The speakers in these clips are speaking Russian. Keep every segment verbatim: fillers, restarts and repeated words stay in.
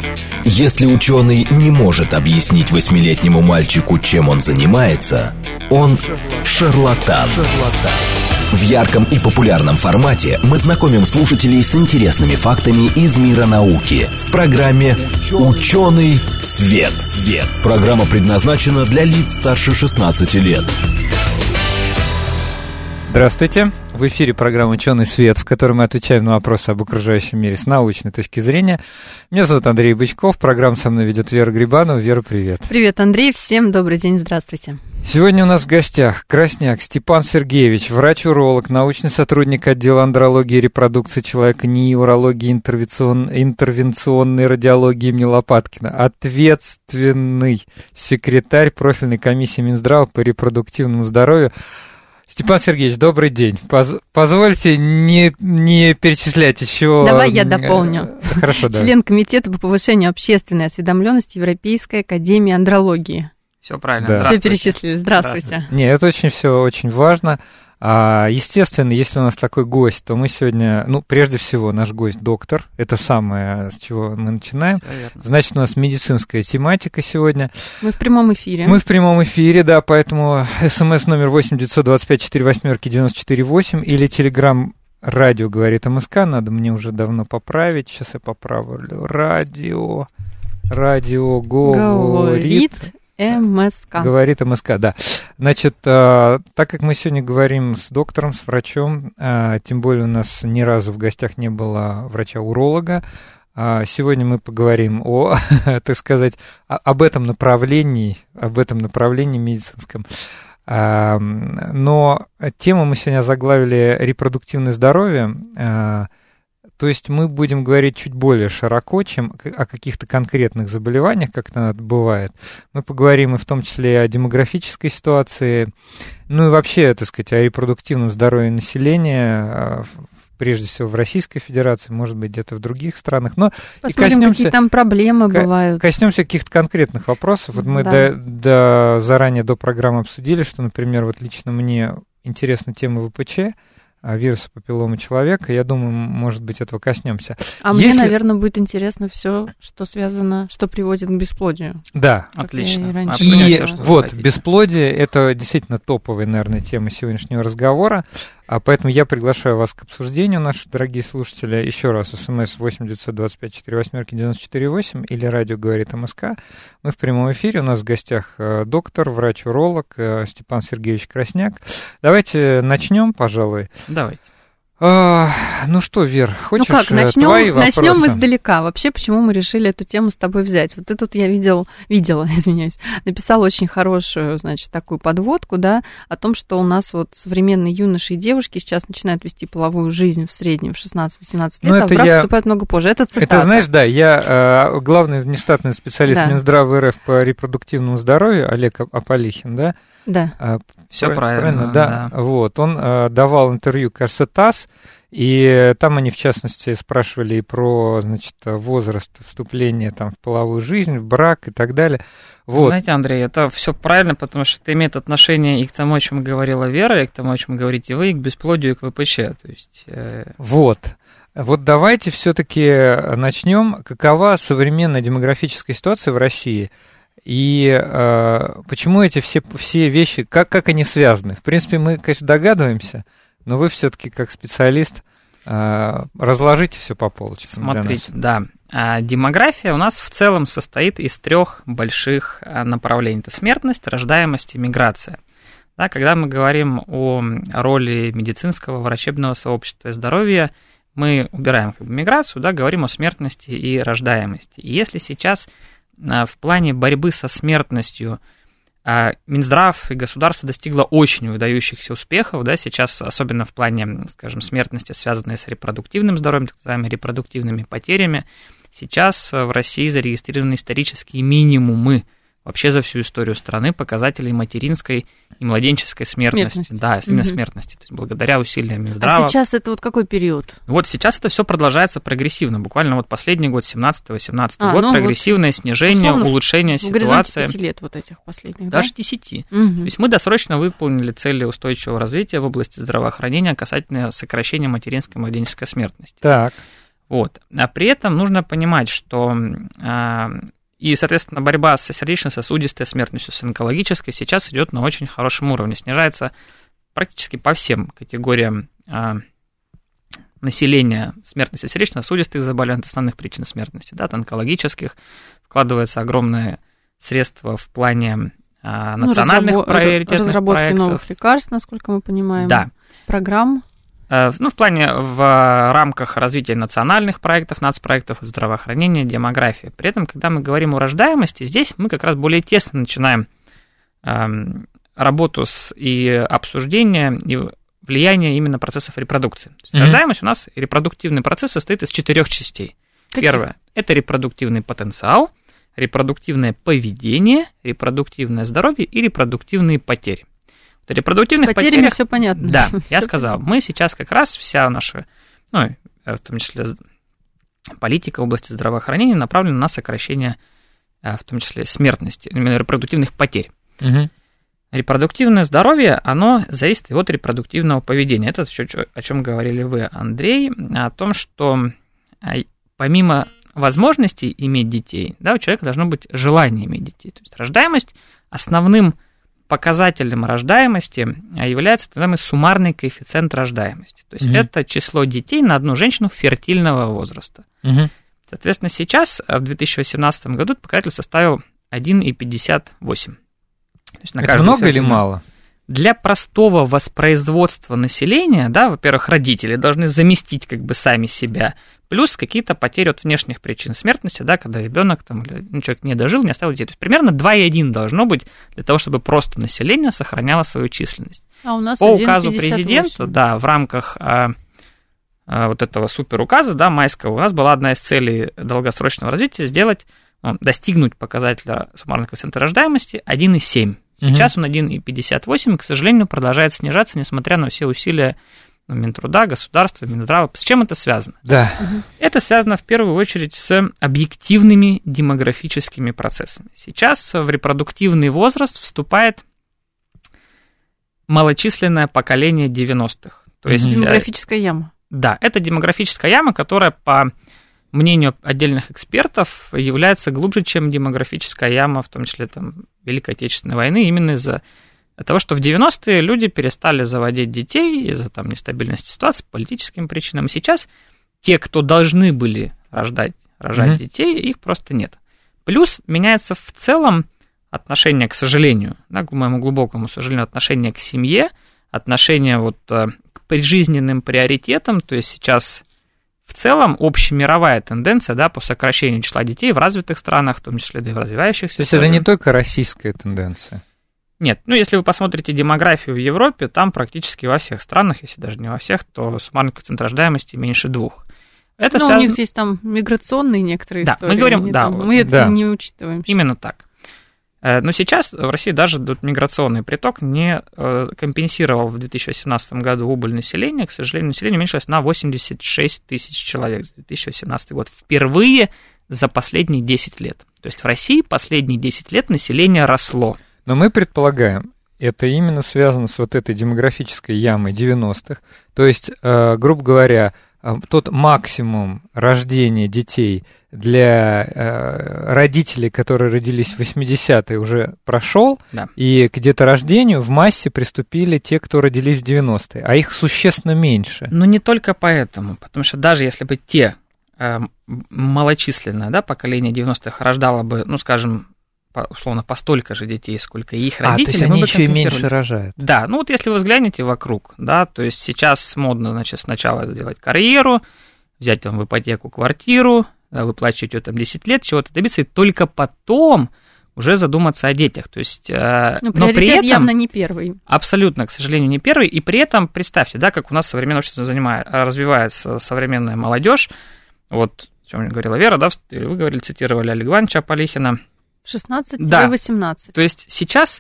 Если ученый не может объяснить восьмилетнему мальчику, чем он занимается, он шарлатан. В ярком и популярном формате мы знакомим слушателей с интересными фактами из мира науки в программе «Ученый свет». Свет. Программа предназначена для лиц старше шестнадцати лет. Здравствуйте! В эфире программа «Ученый свет», в которой мы отвечаем на вопросы об окружающем мире с научной точки зрения. Меня зовут Андрей Бычков, программу со мной ведет Вера Грибанова. Вера, привет! Привет, Андрей, всем добрый день, здравствуйте! Сегодня у нас в гостях Красняк Степан Сергеевич, врач-уролог, научный сотрудник отдела андрологии и репродукции человека, НИИ, урологии, интервенцион... интервенционной радиологии имени Лопаткина, ответственный секретарь профильной комиссии Минздрава по репродуктивному здоровью. Степан Сергеевич, добрый день. Поз- позвольте не, не перечислять еще... Давай я дополню. Хорошо, да. Член комитета по повышению общественной осведомленности Европейской академии андрологии. Все правильно. Да. Все перечислили. Здравствуйте. Здравствуйте. Не, это очень все очень важно. А, естественно, если у нас такой гость, то мы сегодня, ну, прежде всего, наш гость доктор. Это самое, с чего мы начинаем. Значит, у нас медицинская тематика сегодня. Мы в прямом эфире. Мы в прямом эфире, да, поэтому смс номер восемь девятьсот двадцать пять четыре восьмерки девяносто четыре восемь или телеграм радио говорит МСК. Надо мне уже давно поправить. Сейчас я поправлю. Радио, радио говорит... МСК. Говорит МСК, да. Значит, э, так как мы сегодня говорим с доктором, с врачом, э, тем более у нас ни разу в гостях не было врача-уролога, э, сегодня мы поговорим о, так сказать, о, об этом направлении, об этом направлении медицинском. Э, но тему мы сегодня заглавили «Репродуктивное здоровье». Э, То есть мы будем говорить чуть более широко, чем о каких-то конкретных заболеваниях, как это бывает. Мы поговорим и в том числе о демографической ситуации, ну и вообще, так сказать, о репродуктивном здоровье населения, прежде всего в Российской Федерации, может быть, где-то в других странах. Но посмотрим, коснемся, какие там проблемы к- бывают. Коснемся каких-то конкретных вопросов. Вот мы да. до, до, заранее до программы обсудили, что, например, вот лично мне интересна тема ВПЧ, вируса папилломы человека. Я думаю, может быть, этого коснемся. А Если... мне, наверное, будет интересно все, что связано, что приводит к бесплодию. Да, отлично. И, и вот, бесплодие – это действительно топовая, наверное, тема сегодняшнего разговора. А поэтому я приглашаю вас к обсуждению, наши дорогие слушатели. Еще раз, смс восемь девятьсот двадцать пять четыре восьмерки девяносто четыре восемь или радио говорит МСК. Мы в прямом эфире. У нас в гостях доктор, врач-уролог Степан Сергеевич Красняк. Давайте начнем, пожалуй. Давайте. А, ну что, Вер, хочешь ну как, начнем, твои вопросы? Начнем издалека. Вообще, почему мы решили эту тему с тобой взять? Вот ты тут, я видел, видела, извиняюсь, написала очень хорошую, значит, такую подводку, да, о том, что у нас вот современные юноши и девушки сейчас начинают вести половую жизнь в среднем в шестнадцать-восемнадцать лет, ну, а в брак я... вступают много позже. Это цитата. Это, знаешь, да, я э, главный внештатный специалист да. Минздрава РФ по репродуктивному здоровью, Олег Аполихин, да? Да. А, Все правильно, правильно да. да. Вот, он э, давал интервью, кажется, ТАСС, и там они, в частности, спрашивали и про, значит, возраст вступления там, в половую жизнь, в брак и так далее. Вот. Знаете, Андрей, это все правильно, потому что это имеет отношение и к тому, о чем говорила Вера, и к тому, о чем говорите вы, и к бесплодию, и к ВПЧ. То есть, э... Вот. Вот давайте все-таки начнем. Какова современная демографическая ситуация в России? И э, почему эти все, все вещи, как, как они связаны? В принципе, мы, конечно, догадываемся, но вы все-таки как специалист э, разложите все по полочкам. Смотрите, да. А демография у нас в целом состоит из трех больших направлений. Это смертность, рождаемость и миграция. Да, когда мы говорим о роли медицинского, врачебного сообщества и здоровья, мы убираем как бы миграцию, да, говорим о смертности и рождаемости. И если сейчас в плане борьбы со смертностью Минздрав и государство достигло очень выдающихся успехов, да, сейчас, особенно в плане, скажем, смертности, связанной с репродуктивным здоровьем, так называемыми репродуктивными потерями, сейчас в России зарегистрированы исторические минимумы вообще за всю историю страны показателей материнской и младенческой смертности. смертности. Да, именно угу. смертности. То есть благодаря усилиям Минздрава. А сейчас это вот какой период? Вот сейчас это все продолжается прогрессивно. Буквально вот последний год, семнадцатый-восемнадцатый а, год, ну прогрессивное вот снижение, условно, улучшение ситуации. пяти лет вот этих последних, даже да? десяти. Угу. То есть мы досрочно выполнили цели устойчивого развития в области здравоохранения касательно сокращения материнской и младенческой смертности. Так. Вот. А при этом нужно понимать, что э, и, соответственно, борьба со сердечно-сосудистой смертностью, с онкологической сейчас идет на очень хорошем уровне, снижается практически по всем категориям э, населения смертности сердечно-сосудистых заболеваний, от основных причин смертности, да, от онкологических, вкладывается огромное средства в плане а, национальных ну, разрабо- приоритетных разработки проектов. Новых лекарств, насколько мы понимаем. Да. Программ. А, ну, в плане, в рамках развития национальных проектов, нацпроектов, здравоохранения, демографии. При этом, когда мы говорим о рождаемости, здесь мы как раз более тесно начинаем а, работу с, и обсуждение, и влияние именно процессов репродукции. То есть mm-hmm. рождаемость у нас, репродуктивный процесс состоит из четырех частей. Каких? Первое – это репродуктивный потенциал, репродуктивное поведение, репродуктивное здоровье и репродуктивные потери. Вот репродуктивных с потерями потерях, все понятно. Да, я сказал, мы сейчас как раз вся наша, ну, в том числе политика в области здравоохранения направлена на сокращение, в том числе смертности, именно репродуктивных потерь. Угу. Репродуктивное здоровье, оно зависит от репродуктивного поведения. Это о чем говорили вы, Андрей, о том, что помимо возможности иметь детей, да, у человека должно быть желание иметь детей. То есть рождаемость, основным показателем рождаемости является так называемый суммарный коэффициент рождаемости. То есть mm-hmm. это число детей на одну женщину фертильного возраста. Mm-hmm. Соответственно, сейчас, в две тысячи восемнадцатом году, этот показатель составил один целых пятьдесят восемь. То есть на это много или мало? Для простого воспроизводства населения, да, во-первых, родители должны заместить как бы сами себя, плюс какие-то потери от внешних причин смертности, да, когда ребенок там, или ну, человек не дожил, не оставил детей. То есть примерно два целых одна десятая должно быть для того, чтобы просто население сохраняло свою численность. А у нас по указу президента, да, в рамках а, а, вот этого суперуказа, да, майского, у нас была одна из целей долгосрочного развития сделать, ну, достигнуть показателя суммарного коэффициента рождаемости один целых семь. Сейчас угу. он один целых пятьдесят восемь, и, к сожалению, продолжает снижаться, несмотря на все усилия Минтруда, государства, Минздрава. С чем это связано? Да. Это связано в первую очередь с объективными демографическими процессами. Сейчас в репродуктивный возраст вступает малочисленное поколение девяностых. То есть, демографическая яма. Да, это демографическая яма, которая, по мнению отдельных экспертов, является глубже, чем демографическая яма, в том числе там, Великой Отечественной войны, именно из-за того, что в девяностые люди перестали заводить детей из-за там, нестабильности ситуации, по политическим причинам. И сейчас те, кто должны были рождать, рожать mm-hmm. детей, их просто нет. Плюс меняется в целом отношение, к сожалению, да, к моему глубокому сожалению, отношение к семье, отношение вот к прижизненным приоритетам, то есть сейчас в целом общемировая тенденция, да, по сокращению числа детей в развитых странах, в том числе да и в развивающихся. То есть это не только российская тенденция? Нет, ну если вы посмотрите демографию в Европе, там практически во всех странах, если даже не во всех, то суммарный коэффициент рождаемости меньше двух. Это Но связано... у них есть там миграционные некоторые да, истории. Мы говорим, да, там, мы это да, не учитываем. Именно так. Но сейчас в России даже миграционный приток не компенсировал в две тысячи восемнадцатом году убыль населения. К сожалению, население уменьшилось на восемьдесят шесть тысяч человек за две тысячи восемнадцатый год. Впервые за последние десять лет. То есть в России последние десять лет население росло. Но мы предполагаем, это именно связано с вот этой демографической ямой девяностых. То есть, э, грубо говоря, э, тот максимум рождения детей для э, родителей, которые родились в восьмидесятые, уже прошел, да. И к деторождению в массе приступили те, кто родились в девяностые, а их существенно меньше. Но не только поэтому, потому что даже если бы те э, малочисленное, да, поколение девяностых рождало бы, ну, скажем, условно, по столько же детей, сколько и их родители. А, то есть они еще и меньше рожают. Да, ну вот если вы взглянете вокруг, да, то есть сейчас модно, значит, сначала сделать карьеру, взять там в ипотеку квартиру, да, выплачивать ее там десять лет, чего-то добиться, и только потом уже задуматься о детях. То есть, но, но при этом явно не первый. Абсолютно, к сожалению, не первый. И при этом представьте, да, как у нас современное общество занимает, развивается современная молодежь. Вот о чем говорила Вера, да, вы говорили, цитировали Олега Ивановича Аполихина. шестнадцать-восемнадцать. Да. То есть сейчас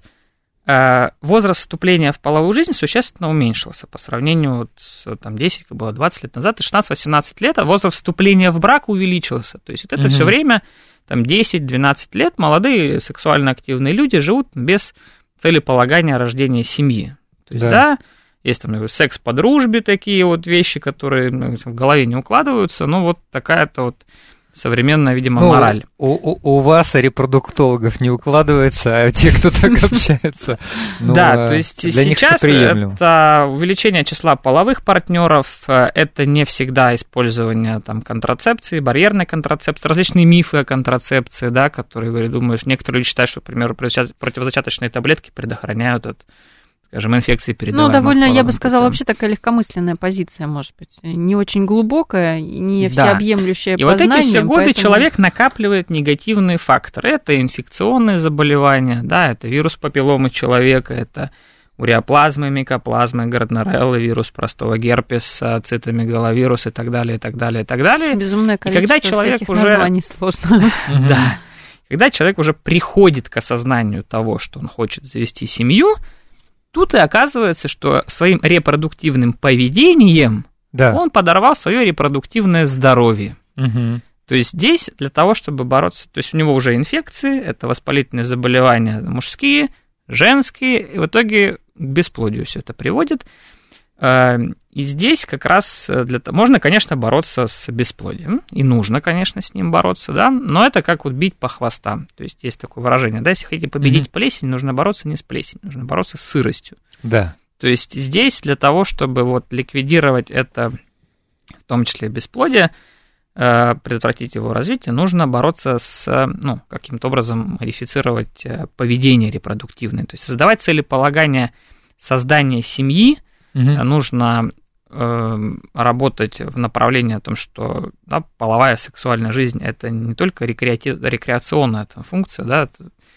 э, возраст вступления в половую жизнь существенно уменьшился по сравнению вот с там, десять, как было двадцать лет назад, и шестнадцать-восемнадцать лет, а возраст вступления в брак увеличился. То есть вот это угу. все время, там, десять-двенадцать лет, молодые сексуально активные люди живут без целеполагания рождения семьи. То есть, да, да есть там, например, секс по дружбе, такие вот вещи, которые в голове не укладываются, ну, вот такая-то вот современная, видимо, ну, мораль. У, у, у вас, репродуктологов, не укладывается, а те, кто так общается, ну, да, то есть сейчас это увеличение числа половых партнеров, это не всегда использование там контрацепции, барьерной контрацепции, различные мифы о контрацепции, да, которые, думаешь, некоторые люди считают, что, например, противозачаточные таблетки предохраняют от, скажем, инфекции передаваемых. Ну, довольно, я бы сказала, путем. Вообще такая легкомысленная позиция, может быть. Не очень глубокая, не всеобъемлющая да. по знаниям. И вот эти все годы поэтому... человек накапливает негативные факторы. Это инфекционные заболевания, да, это вирус папилломы человека, это уреоплазмы, микоплазмы, гарднереллы, вирус простого герпеса, цитомегаловирус и так далее, и так далее, и так далее. Безумное количество и когда человек всяких уже... названий сложно. Да. Когда человек уже приходит к осознанию того, что он хочет завести семью, тут и оказывается, что своим репродуктивным поведением да. он подорвал свое репродуктивное здоровье. Угу. То есть здесь для того, чтобы бороться, то есть у него уже инфекции, это воспалительные заболевания мужские, женские, и в итоге к бесплодию все это приводит. И здесь как раз для того, можно, конечно, бороться с бесплодием, и нужно, конечно, с ним бороться, да, но это как вот бить по хвостам, то есть есть такое выражение, да, если хотите победить mm-hmm. плесень, нужно бороться не с плесенью, нужно бороться с сыростью. Да. То есть здесь для того, чтобы вот ликвидировать это, в том числе бесплодие, предотвратить его развитие, нужно бороться с, ну, каким-то образом модифицировать поведение репродуктивное, то есть создавать целеполагание создания семьи. Mm-hmm. Нужно э, работать в направлении о том, что да, половая сексуальная жизнь – это не только рекреати... рекреационная там, функция, да,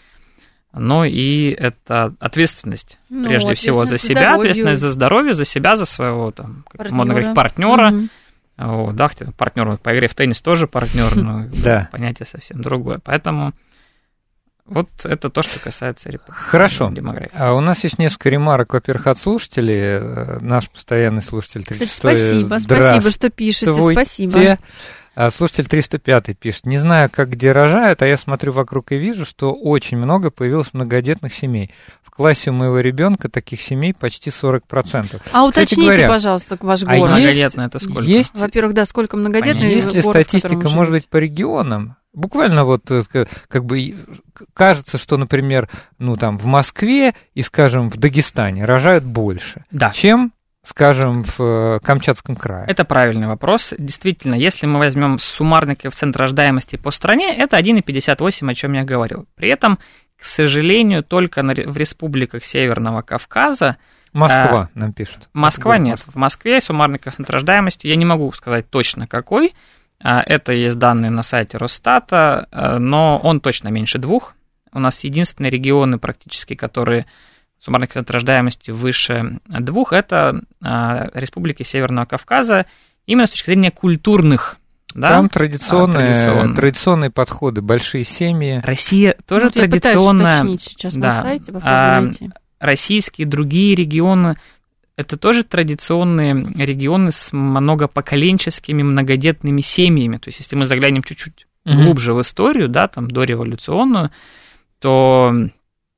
но и это ответственность, ну, прежде ответственность всего, за себя, здоровью. Ответственность за здоровье, за себя, за своего, там, как партнера. Можно говорить, партнера. Mm-hmm. О, да, партнер по игре в теннис тоже партнер, но понятие совсем другое. Поэтому... Вот это то, что касается Хорошо. Демографии. А у нас есть несколько ремарок, во-первых, от слушателей. Наш постоянный слушатель тридцать шестой. Спасибо, спасибо, что пишете, спасибо. Слушатель триста пятый пишет: не знаю, как где рожают, а я смотрю вокруг и вижу, что очень много появилось многодетных семей. В классе у моего ребенка таких семей почти сорок процентов. А уточните, Кстати говоря, пожалуйста, ваш город. А многодетное это сколько? Есть, Во-первых, да, сколько многодетных? Есть ли город, статистика, может быть, по регионам? Буквально вот как бы кажется, что, например, ну там в Москве и, скажем, в Дагестане рожают больше, да. чем, скажем, в Камчатском крае. Это правильный вопрос. Действительно, если мы возьмем суммарный коэффициент рождаемости по стране, это один целых пятьдесят восемь сотых, о чем я говорил. При этом, к сожалению, только в республиках Северного Кавказа Москва, а, нам пишут. Москва нет. Москва. В Москве суммарный коэффициент рождаемости, я не могу сказать точно какой. Это есть данные на сайте Росстата, но он точно меньше двух. У нас единственные регионы практически, которые суммарный коэффициент рождаемости выше двух, это республики Северного Кавказа, именно с точки зрения культурных. Да? Там традиционные, традиционные. традиционные подходы, большие семьи. Россия тоже ну, традиционная. Я пытаюсь уточнить сейчас да. на сайте, попробуйте. Российские, другие регионы. Это тоже традиционные регионы с многопоколенческими многодетными семьями. То есть, если мы заглянем чуть-чуть mm-hmm. глубже в историю, да, там, дореволюционную, то э,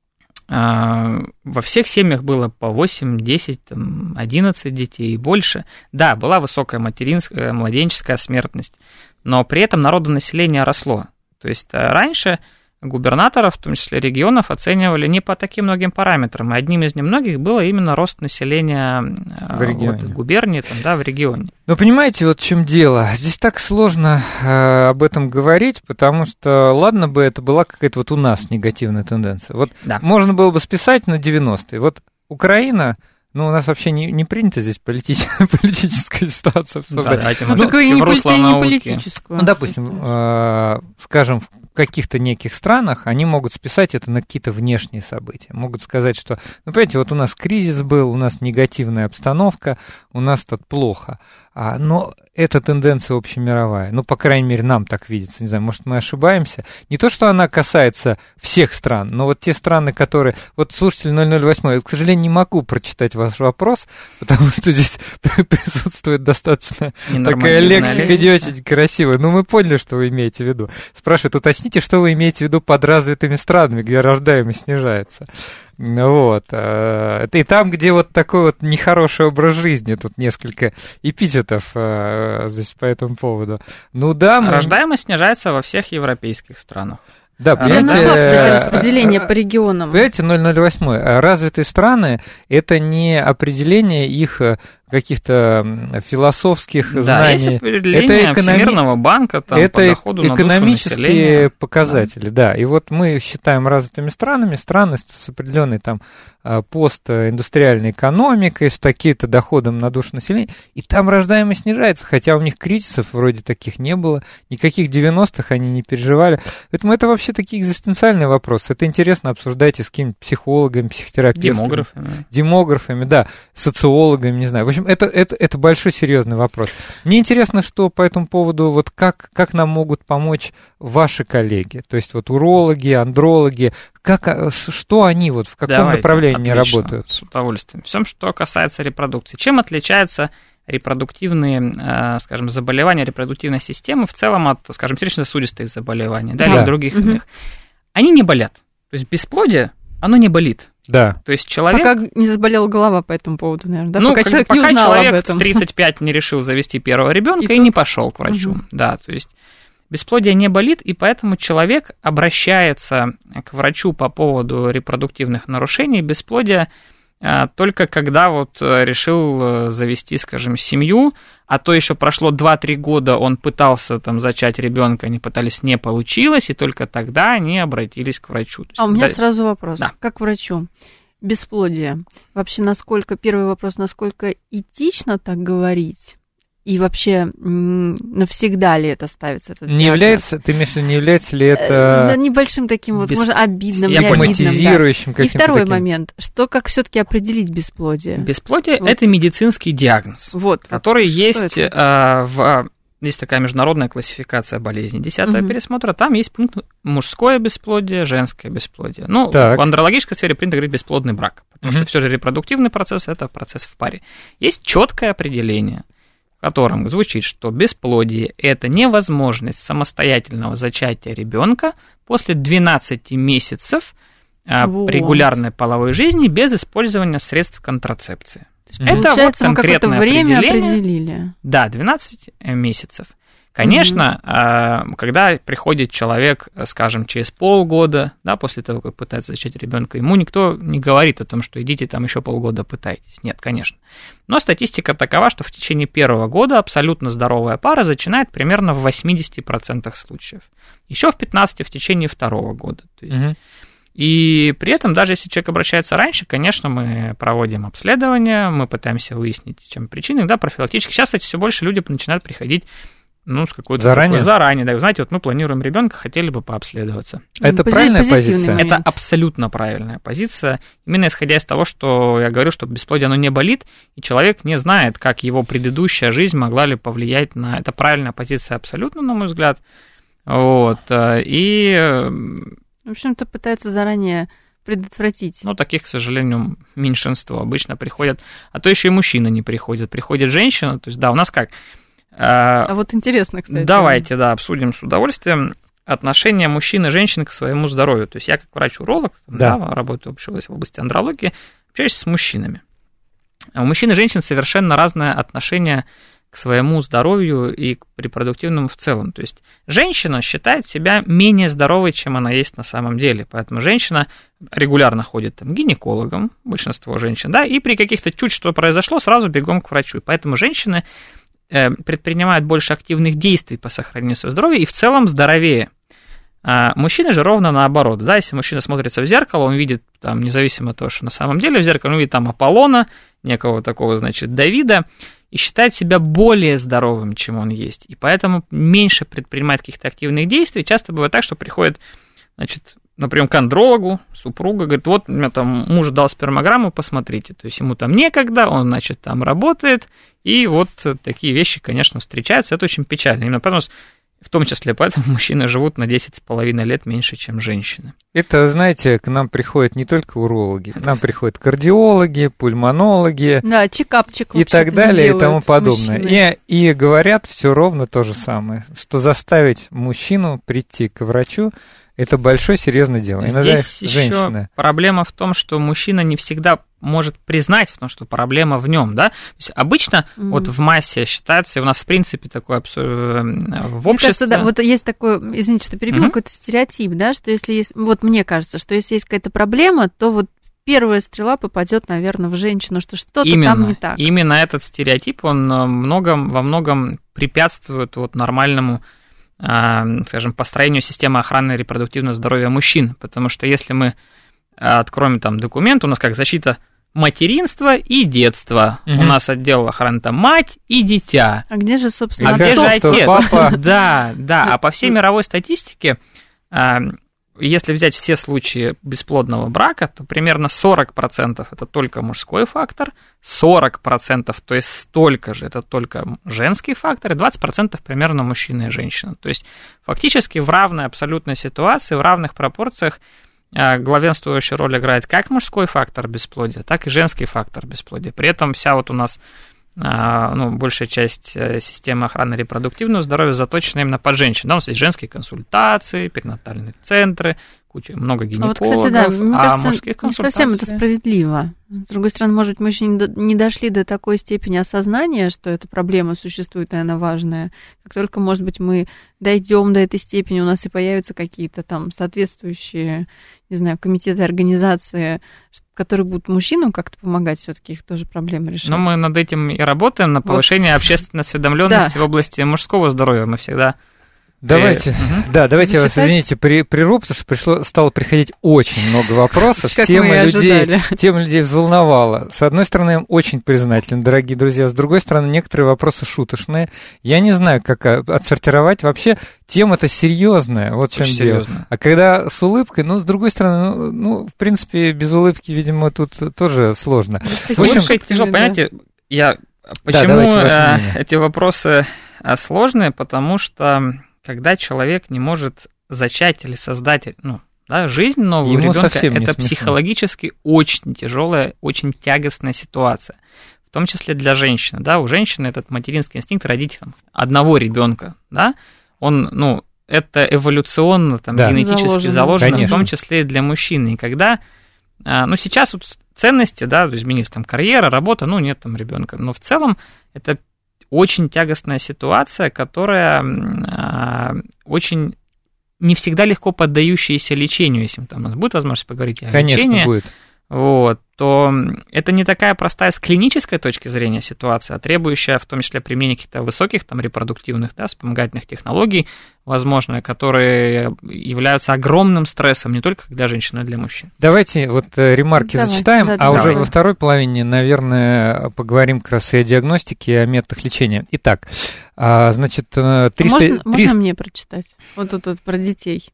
во всех семьях было по восемь, десять, там, одиннадцать детей и больше. Да, была высокая материнская, младенческая смертность, но при этом народонаселение росло. То есть, раньше губернаторов, в том числе регионов, оценивали не по таким многим параметрам, и одним из немногих было именно рост населения в, регионе. Вот, в губернии, там, да, в регионе. Ну, понимаете, вот в чем дело. Здесь так сложно э, об этом говорить, потому что, ладно бы это была какая-то вот у нас негативная тенденция. Вот да. можно было бы списать на девяностые. Вот Украина... Ну, у нас вообще не, не принято здесь политич... политическая ситуация обсуждать. Да, ну, и не, не политическую. Ну, допустим, э, скажем, в каких-то неких странах они могут списать это на какие-то внешние события. Могут сказать, что, ну, понимаете, вот у нас кризис был, у нас негативная обстановка, у нас тут плохо. А, но эта тенденция общемировая. Ну, по крайней мере, нам так видится. Не знаю, может, мы ошибаемся. Не то, что она касается всех стран, но вот те страны, которые... Вот слушатель ноль ноль восемь, я, к сожалению, не могу прочитать ваш вопрос, потому что здесь присутствует достаточно такая лексика не очень красивая. Ну, мы поняли, что вы имеете в виду. Спрашивают, уточните, что вы имеете в виду под развитыми странами, где рождаемость снижается. Вот. И там, где вот такой вот нехороший образ жизни, тут несколько эпитетов здесь по этому поводу. Ну да, мы... Рождаемость снижается во всех европейских странах. Да, понимаете, я нашла, кстати, распределение по регионам. Понимаете, ноль ноль восемь. Развитые страны – это не определение их каких-то философских да, знаний. Есть определение это экономи... Всемирного банка там, это по доходу экономические показатели, да. да. И вот мы считаем развитыми странами страны с определенной там постиндустриальной экономикой, с таким-то доходом на душу населения, и там рождаемость снижается, хотя у них кризисов вроде таких не было, никаких девяностых они не переживали. Поэтому это вообще такие экзистенциальные вопросы. Это интересно обсуждать и с какими-то психологами, психотерапевтами. Демографами. Демографами, да, социологами, не знаю. В общем, это, это, это большой серьезный вопрос. Мне интересно, что по этому поводу, вот как, как нам могут помочь ваши коллеги, то есть вот урологи, андрологи, как, что они вот в каком Давайте, направлении отлично, работают? С удовольствием. Все, что касается репродукции. Чем отличаются репродуктивные, скажем, заболевания репродуктивной системы в целом от, скажем, сердечно-сосудистых заболеваний, да, да. или других угу. иных? Они не болят. То есть бесплодие, оно не болит. Да. То есть человек... Пока не заболела голова по этому поводу, наверное, да? Ну, пока человек, пока не узнал человек об этом. в тридцать пять не решил завести первого ребенка и, и тут... не пошел к врачу. Угу. Да, то есть бесплодие не болит, и поэтому человек обращается к врачу по поводу репродуктивных нарушений бесплодия только когда вот решил завести, скажем, семью, а то еще прошло два-три года, он пытался там зачать ребенка, они пытались, не получилось, и только тогда они обратились к врачу. А у меня когда... сразу вопрос. Да. Как врачу? Бесплодие. Вообще, насколько, первый вопрос, насколько этично так говорить? И вообще, навсегда ли это ставится? Этот не является, ты имеешь в виду, не является ли это... Да, небольшим таким вот, Бес... может, обидным, стигматизирующим да. И второй таким. момент, что, как все-таки определить бесплодие? Бесплодие вот. – это медицинский диагноз, вот. который что есть это? в... Есть такая международная классификация болезней, десятого угу. пересмотра, там есть пункт мужское бесплодие, женское бесплодие. Ну, так. в андрологической сфере принято говорить бесплодный брак, потому угу. что все же репродуктивный процесс – это процесс в паре. Есть четкое определение, в котором звучит, что бесплодие – это невозможность самостоятельного зачатия ребенка после двенадцати месяцев вот. регулярной половой жизни без использования средств контрацепции. Это вот конкретное время определение. Определили. Да, двенадцать месяцев. Конечно, mm-hmm. когда приходит человек, скажем, через полгода, да, после того, как пытается зачать ребенка, ему никто не говорит о том, что идите там еще полгода пытайтесь. Нет, конечно. Но статистика такова, что в течение первого года абсолютно здоровая пара зачинает примерно в восемьдесят процентов случаев. Еще в пятнадцати процентах в течение второго года. То есть, mm-hmm. И при этом, даже если человек обращается раньше, конечно, мы проводим обследование, мы пытаемся выяснить, чем причины, да, профилактически. Сейчас, кстати, все больше люди начинают приходить, ну, с какой-то заранее. Такой, заранее, да. Вы знаете, вот мы планируем ребенка, хотели бы пообследоваться. Это правильная позиция? Это абсолютно правильная позиция. Именно исходя из того, что я говорю, что бесплодие, оно не болит, и человек не знает, как его предыдущая жизнь могла ли повлиять на... Это правильная позиция абсолютно, на мой взгляд. Вот. И... В общем-то, пытается заранее предотвратить. Ну, таких, к сожалению, меньшинство. Обычно приходят, а то еще и мужчина не приходит. Приходит женщина, то есть, да, у нас как... А, а вот интересно, кстати. Давайте, да, обсудим с удовольствием отношение мужчин и женщин к своему здоровью. То есть я, как врач-уролог, да. Да, работаю в области андрологии, общаюсь с мужчинами. А у мужчин и женщин совершенно разное отношение к своему здоровью и к репродуктивному в целом. То есть женщина считает себя менее здоровой, чем она есть на самом деле. Поэтому женщина регулярно ходит там, к гинекологам, большинство женщин, да, и при каких-то чуть что произошло, сразу бегом к врачу. И поэтому женщины э, предпринимают больше активных действий по сохранению своего здоровья и в целом здоровее. А мужчины же ровно наоборот. Да, если мужчина смотрится в зеркало, он видит, там, независимо от того, что на самом деле в зеркале, он видит там Аполлона, некого такого, значит, Давида, и считает себя более здоровым, чем он есть. И поэтому меньше предпринимает каких-то активных действий. Часто бывает так, что приходит, значит, например, к андрологу, супруга, говорит, вот мне там муж дал спермограмму, посмотрите. То есть ему там некогда, он, значит, там работает, и вот такие вещи, конечно, встречаются. Это очень печально. Именно потому что В том числе поэтому мужчины живут на десять с половиной лет меньше, чем женщины. Это, знаете, к нам приходят не только урологи, к нам приходят кардиологи, пульмонологи, да, чекапчик и так далее, и тому подобное. И, и говорят все ровно то же самое, что заставить мужчину прийти к врачу – это большое серьезное дело. Иногда здесь еще женщина. Проблема в том, что мужчина не всегда может признать в том, что проблема в нем, да. То есть обычно mm-hmm. вот в массе считается, и у нас в принципе такое в обществе. Мне кажется, да, вот есть такой, извините, что перебила, mm-hmm. какой-то стереотип, да, что если есть, вот мне кажется, что если есть какая-то проблема, то вот первая стрела попадет, наверное, в женщину, что что-то именно, там не так. Именно этот стереотип, он многом, во многом препятствует вот нормальному, скажем, построению системы охраны репродуктивного здоровья мужчин, потому что если мы откроем там документ, у нас как защита материнства и детства, угу. у нас отдел охраны там мать и дитя. А где же, собственно, а где же отец? Папа? Да, да, а по всей мировой статистике, если взять все случаи бесплодного брака, то примерно сорок процентов это только мужской фактор, сорок процентов, то есть столько же, это только женский фактор, и двадцать процентов примерно мужчина и женщина. То есть фактически в равной абсолютной ситуации, в равных пропорциях главенствующую роль играет как мужской фактор бесплодия, так и женский фактор бесплодия. При этом вся вот у нас, ну, большая часть системы охраны репродуктивного здоровья заточена именно под женщин. Да, у нас есть женские консультации, перинатальные центры, куча, много гинекологов, а, вот, кстати, да, мне а кажется, мужских консультаций... не совсем это справедливо. С другой стороны, может быть, мы еще не дошли до такой степени осознания, что эта проблема существует, и она важная. Как только, может быть, мы дойдем до этой степени, у нас и появятся какие-то там соответствующие, не знаю, комитеты, организации, которые будут мужчинам как-то помогать все-таки их тоже проблемы решать. Но мы над этим и работаем, на повышение вот. общественной осведомленности да. в области мужского здоровья. Мы всегда... Давайте, угу. да, давайте я вас, извините, при, прерву, потому что пришло, стало приходить очень много вопросов. Тема людей, тема людей взволновала. С одной стороны, я им очень признателен, дорогие друзья. С другой стороны, некоторые вопросы шуточные. Я не знаю, как отсортировать. Вообще, тема-то серьезная, вот в чем дело. А когда с улыбкой, ну, с другой стороны, ну, ну, в принципе, без улыбки, видимо, тут тоже сложно. В общем, тяжело, понимаете, я... Почему да, эти вопросы сложные? Потому что... Когда человек не может зачать или создать, ну, да, жизнь нового ребенка, это психологически очень тяжелая, очень тягостная ситуация. В том числе для женщины. Да, у женщины этот материнский инстинкт родить там, одного ребенка, да, он, ну, это эволюционно, там, да. генетически заложено, заложено в том числе и для мужчины. И когда, ну, сейчас вот ценности, да, изменились там карьера, работа, ну, нет там ребенка, но в целом это очень тягостная ситуация, которая э, очень не всегда легко поддающаяся лечению, если там у нас будет возможность поговорить о Конечно, лечении. Конечно, будет. Вот, то это не такая простая с клинической точки зрения ситуация, а требующая в том числе применения каких-то высоких там, репродуктивных, да, вспомогательных технологий, возможно, которые являются огромным стрессом не только для женщин, но и для мужчин. Давайте вот ремарки Давай, зачитаем, да, а давай. уже во второй половине, наверное, поговорим как раз и о диагностике, и о методах лечения. Итак, значит, триста... Можно, можно мне прочитать? Вот тут вот про детей.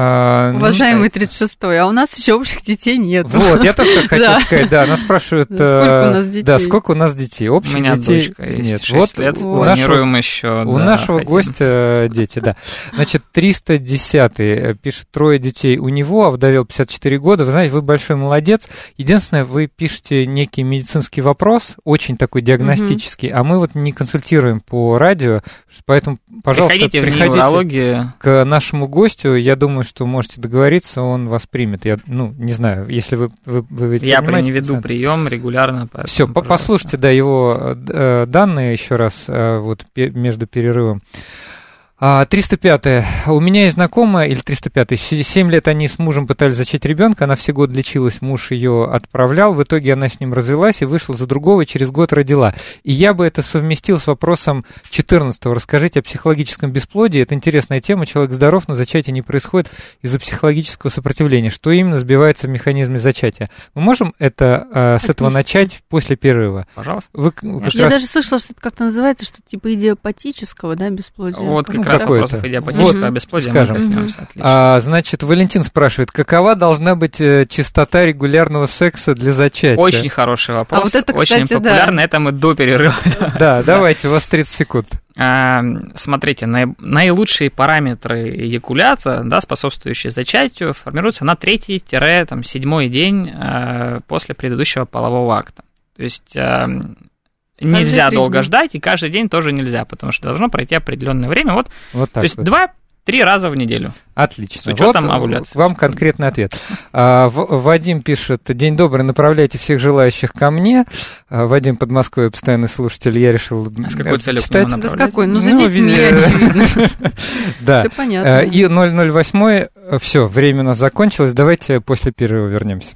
А, Уважаемый тридцать шестой, а у нас еще общих детей нет. Вот, я тоже так хотел сказать, да, нас спрашивают, сколько у нас детей. Да, сколько у нас детей. Общих у меня детей дочка есть, нет. шесть вот лет, у планируем еще. У да, нашего хотим. гостя дети, да. Значит, триста десятый пишет, трое детей у него, овдовел пятьдесят четыре года. Вы знаете, вы большой молодец. Единственное, вы пишете некий медицинский вопрос, очень такой диагностический, угу. а мы вот не консультируем по радио, поэтому, пожалуйста, приходите, приходите к нашему гостю. Я думаю, думаю, что можете договориться, он вас примет. Я, ну, не знаю, если вы, вы, вы Я веду прием регулярно. Все, послушайте, да, его э, данные еще раз э, вот между перерывом. триста пятый. У меня есть знакомая, или триста пятый, семь лет они с мужем пытались зачать ребенка, она все годы лечилась, муж ее отправлял, в итоге она с ним развелась и вышла за другого, и через год родила. И я бы это совместил с вопросом четырнадцатого. Расскажите о психологическом бесплодии, это интересная тема, человек здоров, но зачатие не происходит из-за психологического сопротивления. Что именно сбивается в механизме зачатия? Мы можем это, э, с этого начать после перерыва? Пожалуйста. Вы, как я раз... даже слышала, что это как-то называется, что типа идиопатического, да, бесплодия. Вот как какой-то. Идиопатического вот, бесплодия. Скажем. А, значит, Валентин спрашивает, какова должна быть частота регулярного секса для зачатия? Очень хороший вопрос, а вот это, очень кстати, популярный, да. это мы до перерыва. Да, давайте, у вас тридцать секунд. А, смотрите, наилучшие параметры эякулята, да, способствующие зачатию, формируются на третий-седьмой день а, после предыдущего полового акта. То есть а, нельзя долго ждать, и каждый день тоже нельзя, потому что должно пройти определенное время. Вот, вот так то есть вот. два-три раза в неделю. Отлично. С учетом вот овуляции. Вам конкретный ответ. А, Вадим пишет: день добрый, направляйте всех желающих ко мне. А, Вадим, Подмосковье, постоянный слушатель, я решил а с какой целью читать. Да с какой? Ну, за детьми, очевидно. Да. Все понятно. И ноль ноль восемь, все, время у нас закончилось. Давайте после перерыва вернемся.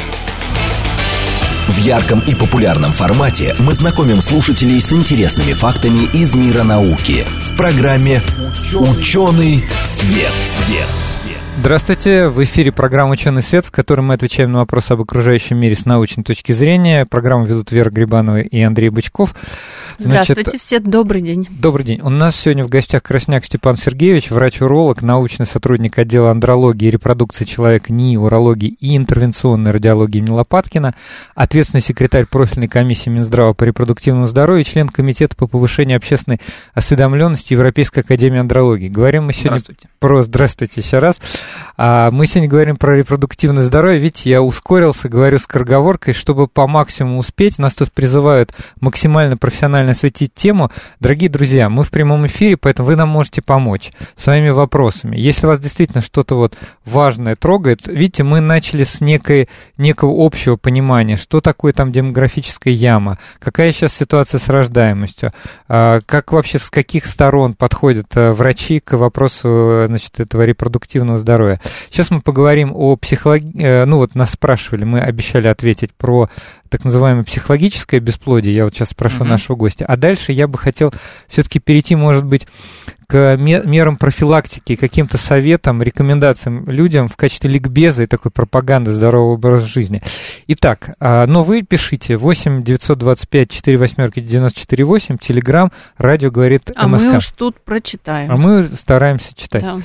В ярком и популярном формате мы знакомим слушателей с интересными фактами из мира науки в программе «Ученый свет». свет. Здравствуйте, в эфире программа «Ученый свет», в которой мы отвечаем на вопросы об окружающем мире с научной точки зрения. Программу ведут Вера Грибанова и Андрей Бычков. Значит, здравствуйте, все, добрый день. Добрый день. У нас сегодня в гостях Красняк Степан Сергеевич, врач-уролог, научный сотрудник отдела андрологии и репродукции человека НИИ, урологии и интервенционной радиологии имени Лопаткина, ответственный секретарь профильной комиссии Минздрава по репродуктивному здоровью, член комитета по повышению общественной осведомленности Европейской академии андрологии. Говорим мы сегодня здравствуйте. про... Здравствуйте еще раз. А мы сегодня говорим про репродуктивное здоровье. Видите, я ускорился, говорю скороговоркой, чтобы по максимуму успеть. Нас тут призывают максимально профессионально осветить тему. Дорогие друзья, мы в прямом эфире, поэтому вы нам можете помочь своими вопросами. Если вас действительно что-то вот важное трогает, видите, мы начали с некой, некого общего понимания, что такое там демографическая яма, какая сейчас ситуация с рождаемостью, как вообще с каких сторон подходят врачи к вопросу, значит, этого репродуктивного здоровья. Сейчас мы поговорим о психологии, ну вот нас спрашивали, мы обещали ответить про так называемое психологическое бесплодие, я вот сейчас спрошу mm-hmm. нашего гостя, а дальше я бы хотел все-таки перейти, может быть, к мерам профилактики, каким-то советам, рекомендациям людям в качестве ликбеза и такой пропаганды здорового образа жизни. Итак, ну вы пишите восемь девятьсот двадцать пять сорок восемь девяносто четыре восемь, Телеграм, радио говорит а МСК. А мы уж тут прочитаем. А мы стараемся читать. Да.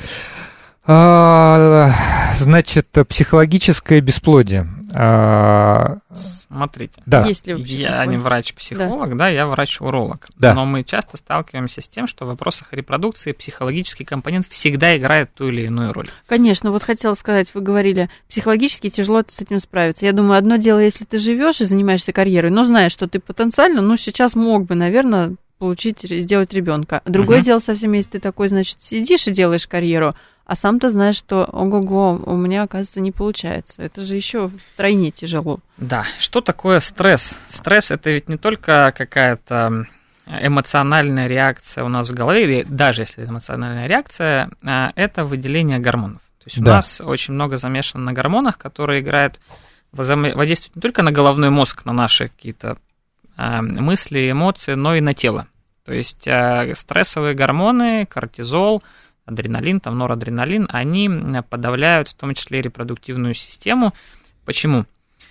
А, значит, психологическое бесплодие. А, Смотрите, да. Есть ли я такое? не врач-психолог, да. да, я врач-уролог. Да. Но мы часто сталкиваемся с тем, что в вопросах репродукции психологический компонент всегда играет ту или иную роль. Конечно, вот хотела сказать, вы говорили, психологически тяжело с этим справиться. Я думаю, одно дело, если ты живешь и занимаешься карьерой, но знаешь, что ты потенциально, ну, сейчас мог бы, наверное, получить, сделать ребенка. Другое uh-huh. дело совсем, если ты такой, значит, сидишь и делаешь карьеру, а сам ты знаешь, что ого-го, у меня, оказывается, не получается. Это же еще втройне тяжело. Да, что такое стресс? Стресс – это ведь не только какая-то эмоциональная реакция у нас в голове, или даже если это эмоциональная реакция, это выделение гормонов. То есть да. у нас очень много замешано на гормонах, которые играют, воздействуют не только на головной мозг, на наши какие-то мысли, эмоции, но и на тело. То есть стрессовые гормоны, кортизол, адреналин, там, норадреналин, они подавляют в том числе и репродуктивную систему. Почему?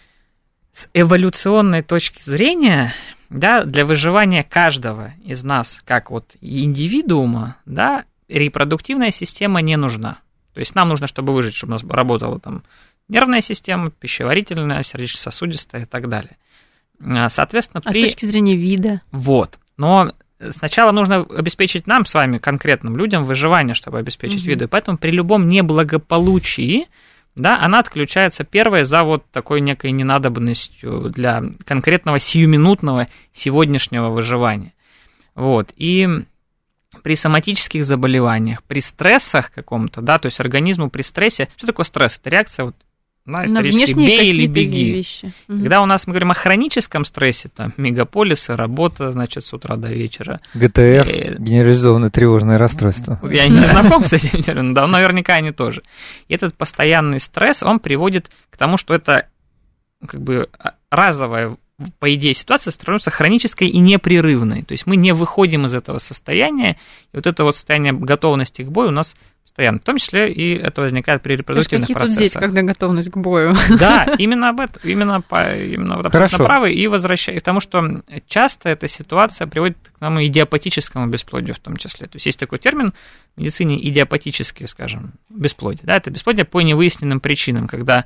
С эволюционной точки зрения, да, для выживания каждого из нас, как вот индивидуума, да, репродуктивная система не нужна. То есть нам нужно, чтобы выжить, чтобы у нас работала там нервная система, пищеварительная, сердечно-сосудистая и так далее. Соответственно, а при... с точки зрения вида? Вот. Но сначала нужно обеспечить нам с вами, конкретным людям, выживание, чтобы обеспечить mm-hmm. виды. Поэтому при любом неблагополучии, да, она отключается первой за вот такой некой ненадобностью для конкретного сиюминутного сегодняшнего выживания. Вот. И при соматических заболеваниях, при стрессах каком-то, да, то есть организму при стрессе, что такое стресс? Это реакция вот, на исторически бей или беги. Вещи. Когда у нас мы говорим о хроническом стрессе, там мегаполисы, работа, значит, с утра до вечера. ГТР, и... генерализованное тревожное расстройство. Я не знаком с этим термином, да, наверняка они тоже. И этот постоянный стресс, он приводит к тому, что это как бы разовая, по идее, ситуация становится хронической и непрерывной. То есть мы не выходим из этого состояния, и вот это вот состояние готовности к бою у нас Постоянно. В том числе и это возникает при репродуктивных Какие процессах. Какие тут дети, когда готовность к бою. Да, именно об этом, именно, по, именно вот абсолютно Хорошо. правы, и возвращаясь к тому, что часто эта ситуация приводит к тому идиопатическому бесплодию в том числе. То есть есть такой термин в медицине идиопатический, скажем, бесплодие. Да, это бесплодие по невыясненным причинам, когда,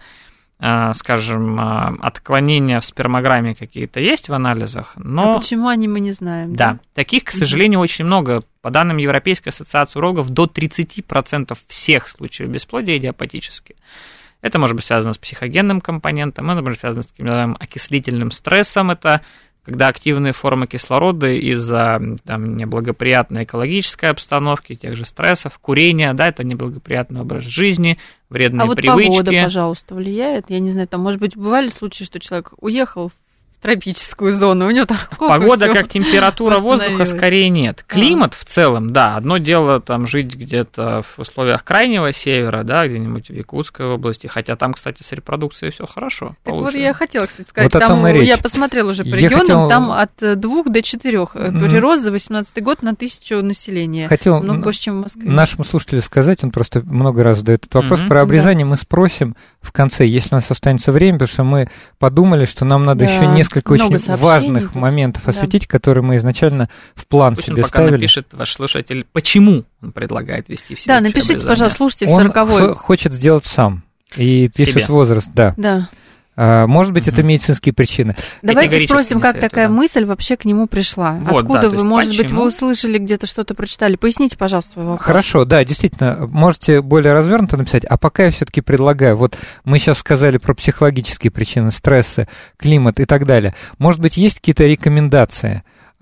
скажем, отклонения в спермограмме какие-то есть в анализах, но... А почему они, мы не знаем. Да, да? таких, к сожалению, очень много. По данным Европейской ассоциации урологов, до тридцать процентов всех случаев бесплодия идиопатические. Это может быть связано с психогенным компонентом, это может быть связано с таким называемым окислительным стрессом, это когда активные формы кислорода из-за там, неблагоприятной экологической обстановки, тех же стрессов, курения, да, это неблагоприятный образ жизни, вредные а вот привычки. погода, пожалуйста, влияет? Я не знаю, там, может быть, бывали случаи, что человек уехал в тропическую зону, у него там... Хоп, Погода как температура воздуха скорее нет. Климат а. в целом, да, одно дело там жить где-то в условиях крайнего севера, да, где-нибудь в Якутской области, хотя там, кстати, с репродукцией все хорошо. Так получше. вот я хотела, кстати, сказать, вот там и я посмотрела уже по я регионам, хотел... там от двух до четырех mm-hmm. прирост за восемнадцатый год на тысячу населения. Хотел много больше, чем в Москве. Нашему слушателю сказать, он просто много раз задает этот вопрос mm-hmm. про обрезание, да. Мы спросим в конце, если у нас останется время, потому что мы подумали, что нам надо да. еще несколько много очень важных тут. моментов да. осветить, которые мы изначально в план Пусть себе он пока ставили. Напишет ваш слушатель, почему он предлагает вести все Да, напишите, обрезание. Пожалуйста, слушайте в он сороковой. Он хочет сделать сам и пишет себе. Возраст, да. Да. А, может быть, угу. это медицинские причины. Давайте спросим, как такая да. мысль вообще к нему пришла. Вот, Откуда да, вы, может почему? быть, вы услышали где-то что-то, прочитали? Поясните, пожалуйста, свой вопрос. Хорошо, да, действительно, можете более развернуто написать, а пока я все-таки предлагаю, вот мы сейчас сказали про психологические причины, стрессы, климат и так далее. Может быть, есть какие-то рекомендации?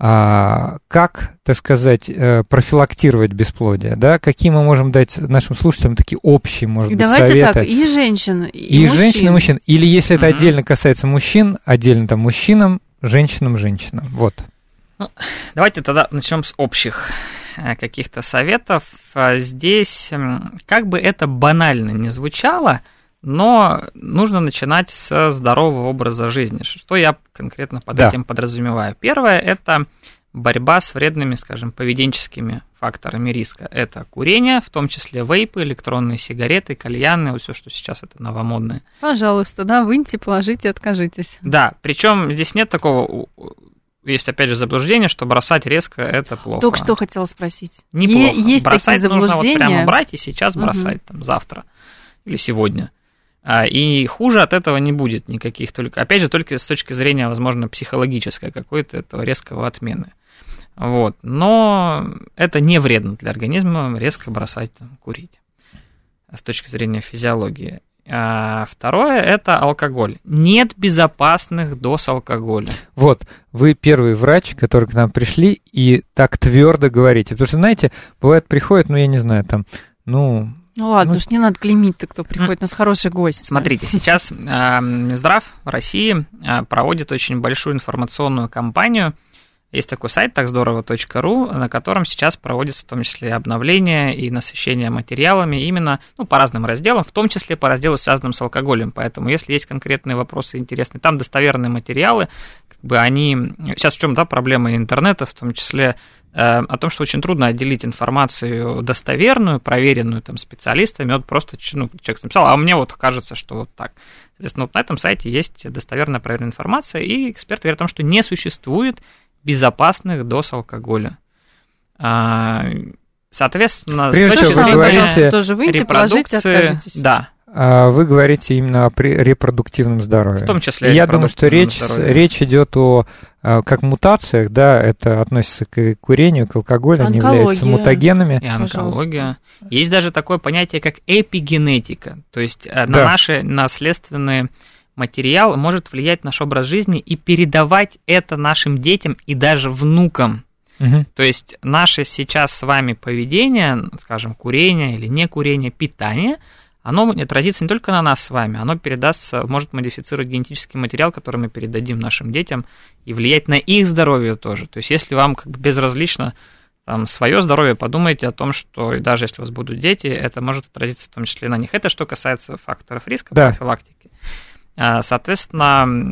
А, как, так сказать, профилактировать бесплодие, да? Какие мы можем дать нашим слушателям такие общие, может быть, Давайте советы? Так, и женщин, и, и мужчин. женщин, и мужчин. Или если это Mm-hmm. отдельно касается мужчин, отдельно там мужчинам, женщинам, женщинам. Вот. Ну, давайте тогда начнем с общих каких-то советов. Здесь, как бы это банально не звучало, но нужно начинать с здорового образа жизни. Что я конкретно под да. этим подразумеваю? Первое – это борьба с вредными, скажем, поведенческими факторами риска. Это курение, в том числе вейпы, электронные сигареты, кальяны, вот все, что сейчас это новомодное. Пожалуйста, да, выньте, положите, откажитесь. Да, причем здесь нет такого... Есть, опять же, заблуждение, что бросать резко – это плохо. Только что хотела спросить. Неплохо. Есть бросать такие нужно вот прямо брать и сейчас угу. бросать, там, завтра или сегодня. И хуже от этого не будет никаких, только, опять же, только с точки зрения, возможно, психологической какой-то этого резкого отмены. Вот. Но это не вредно для организма резко бросать там, курить с точки зрения физиологии. А второе – это алкоголь. Нет безопасных доз алкоголя. Вот, вы первый врач, который к нам пришли, и так твердо говорите. Потому что, знаете, бывает, приходит, ну, я не знаю, там, ну... Ну ладно, ну, уж не надо клеймить-то, кто приходит, у нас хороший гость. Смотрите, сейчас э, Минздрав России э, проводит очень большую информационную кампанию. Есть такой сайт так здорово точка ру, на котором сейчас проводится в том числе обновление и насыщение материалами именно ну, по разным разделам, в том числе по разделу, связанным с алкоголем. Поэтому, если есть конкретные вопросы интересные, там достоверные материалы, как бы они... Сейчас в чем да, проблема интернета, в том числе э, о том, что очень трудно отделить информацию достоверную, проверенную там, специалистами, от просто ну, человек написал, а мне вот кажется, что вот так. Соответственно, вот на этом сайте есть достоверная проверенная информация, и эксперты говорят о том, что не существует безопасных доз алкоголя. Соответственно, прежде всего, вы говорите тоже выйти, положите, откажитесь. Да. Вы говорите именно о репродуктивном здоровье. В том числе. Я думаю, что речь, речь идет о как мутациях, да, это относится к курению, к алкоголю, они являются мутагенами. И онкология. Есть даже такое понятие, как эпигенетика, то есть да. на наши наследственные материал может влиять на наш образ жизни и передавать это нашим детям и даже внукам. Угу. То есть наше сейчас с вами поведение, скажем, курение или не курение, питание, оно отразится не только на нас с вами, оно передастся, может модифицировать генетический материал, который мы передадим нашим детям, и влиять на их здоровье тоже. То есть если вам как бы безразлично там, свое здоровье, подумайте о том, что даже если у вас будут дети, это может отразиться в том числе на них. Это что касается факторов риска, да. профилактики. Соответственно,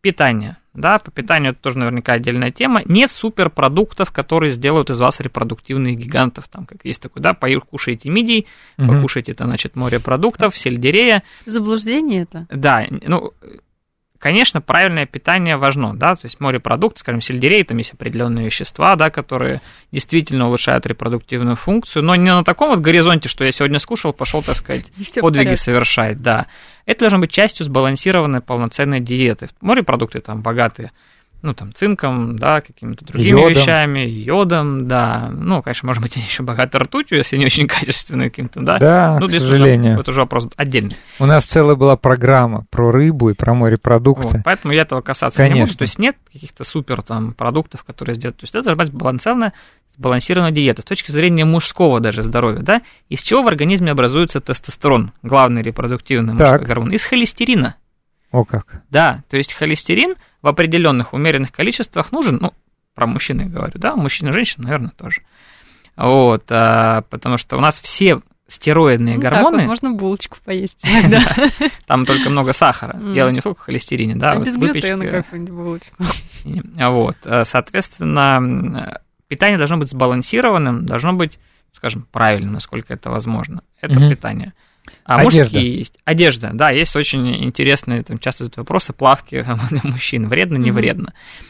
Питание. Да, по питанию это тоже наверняка отдельная тема. Нет суперпродуктов, которые сделают из вас репродуктивных гигантов. Там, как есть такой, да, покушайте мидий, угу. покушайте, это, значит, морепродуктов, сельдерея. Заблуждение это? Да, ну, конечно, правильное питание важно, да, то есть морепродукты, скажем, сельдерей, там есть определенные вещества, да, которые действительно улучшают репродуктивную функцию, но не на таком вот горизонте, что я сегодня скушал, пошел, так сказать, подвиги совершать, да. Это должно быть частью сбалансированной полноценной диеты. Морепродукты там богатые, ну, там, цинком, да, какими-то другими йодом. вещами, йодом, да. Ну, конечно, может быть, они еще богаты ртутью, если не очень качественные каким-то, да. Да, ну, к сожалению. Уже, это уже вопрос отдельный. У нас целая была программа про рыбу и про морепродукты. Вот, поэтому я этого касаться Конечно. не буду. То есть нет каких-то супер там продуктов, которые сделают. То есть это должна быть балансированная, сбалансированная диета. С точки зрения мужского даже здоровья, да, из чего в организме образуется тестостерон, главный репродуктивный мужской гормон? Из холестерина. О как. Да, то есть холестерин в определенных умеренных количествах нужен, ну, про мужчин я говорю, да, мужчин и женщин, наверное, тоже. Вот, а, потому что у нас все стероидные ну, гормоны... Так вот, можно булочку поесть. Там только много сахара, дело не только в холестерине, да. А без глютена какую-нибудь булочку. Вот, соответственно, питание должно быть сбалансированным, должно быть, скажем, правильным, насколько это возможно. Это питание. А одежда. Мужские есть. Одежда, да, есть очень интересные, там часто задают вопросы, плавки для мужчин, вредно, не вредно.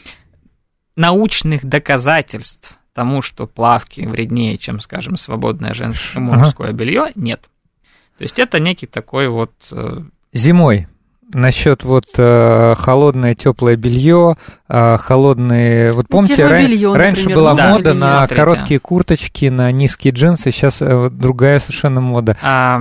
Научных доказательств тому, что плавки вреднее, чем, скажем, свободное женское мужское ага. белье, нет. То есть это некий такой вот... Зимой. Насчет вот э, холодное теплое белье, э, холодные. Вот помните, ну, ран... раньше была да, мода на смотрите. короткие курточки, на низкие джинсы, сейчас э, другая совершенно мода. А,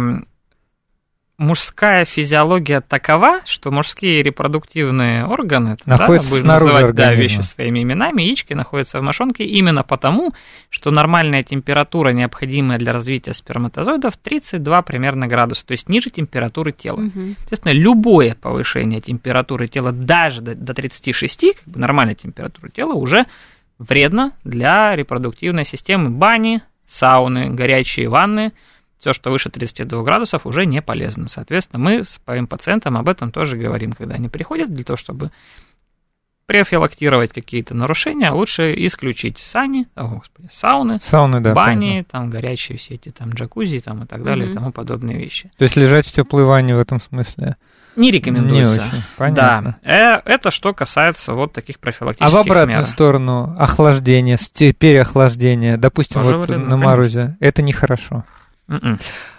мужская физиология такова, что мужские репродуктивные органы, находятся да, будем снаружи называть организма. Да, вещи своими именами, яички находятся в мошонке именно потому, что нормальная температура, необходимая для развития сперматозоидов, тридцать два примерно градуса, то есть ниже температуры тела. Угу. Естественно, любое повышение температуры тела даже до, до тридцати шести, как бы нормальной температуры тела, уже вредно для репродуктивной системы. Бани, сауны, горячие ванны, все, что выше тридцати двух градусов, уже не полезно. Соответственно, мы своим пациентам об этом тоже говорим, когда они приходят, для того, чтобы профилактировать какие-то нарушения, лучше исключить сани, о, господи, сауны, сауны да, бани, понятно. там, горячие все эти там, джакузи там, и так далее, mm-hmm. и тому подобные вещи. То есть лежать в теплой ванне в этом смысле? Не рекомендуется. Не очень, понятно. Да, это что касается вот таких профилактических мер. А в обратную мер. сторону, охлаждение, переохлаждение, допустим, тоже вот вредно, на морозе, конечно. Это нехорошо. Mm-mm.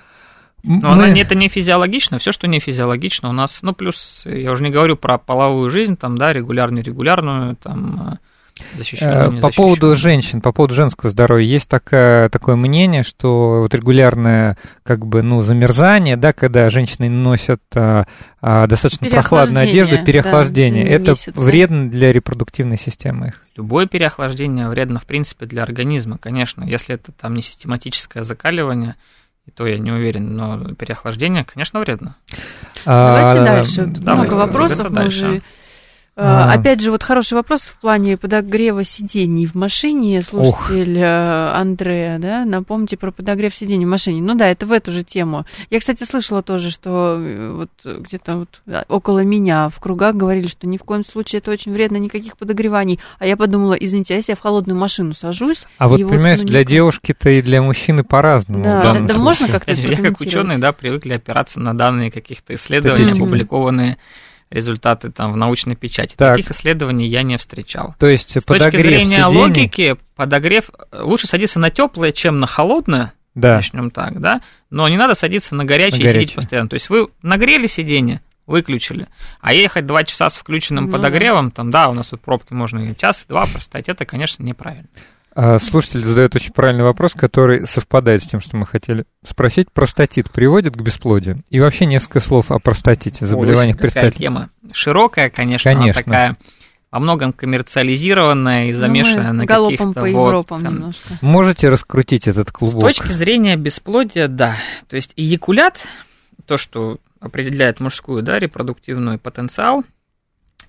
Но Мы... она, это не физиологично, все, что не физиологично у нас, ну, плюс, я уже не говорю про половую жизнь, там, да, регулярную, регулярную, там, защищенную, По поводу женщин, по поводу женского здоровья, есть такое, такое мнение, что вот регулярное, как бы, ну, замерзание, да, когда женщины носят а, а, достаточно прохладную одежду, переохлаждение, да, это месяца. Вредно для репродуктивной системы их. Любое переохлаждение вредно, в принципе, для организма, конечно, если это там не систематическое закаливание, и то я не уверен, но переохлаждение, конечно, вредно. Давайте а, дальше. Да, много вопросов мы уже... А. Опять же, вот хороший вопрос в плане подогрева сидений в машине. Слушатель Ох. Андрея, да, напомните про подогрев сидений в машине. Ну да, это в эту же тему. Я, кстати, слышала тоже, что вот где-то вот около меня в кругах говорили, что ни в коем случае это очень вредно, никаких подогреваний. А я подумала, извините, а если я в холодную машину сажусь... А вот, понимаешь, вот, ну, для никак... девушки-то и для мужчины по-разному. Да, да, да можно как-то это Я как ученый, да, привыкли опираться на данные каких-то исследований, опубликованные... результаты там в научной печати. Так. Таких исследований я не встречал. То есть, с точки зрения сидений... логики, подогрев лучше садиться на теплое, чем на холодное. Да. Начнем так, да. Но не надо садиться на горячее на и сидеть постоянно. То есть вы нагрели сиденье, выключили, а ехать два часа с включенным ну. подогревом, там, да, у нас тут пробки можно и час-два простоять, это, конечно, неправильно. Слушатель задает очень правильный вопрос, который совпадает с тем, что мы хотели спросить. Простатит приводит к бесплодию? И вообще несколько слов о простатите, заболеваниях предстательной. Тема широкая, конечно, конечно. Она такая во многом коммерциализированная и замешанная ну, на каких-то... по Европам вот, немножко. Можете раскрутить этот клубок? С точки зрения бесплодия, да. То есть эякулят, то, что определяет мужскую, да, репродуктивный потенциал,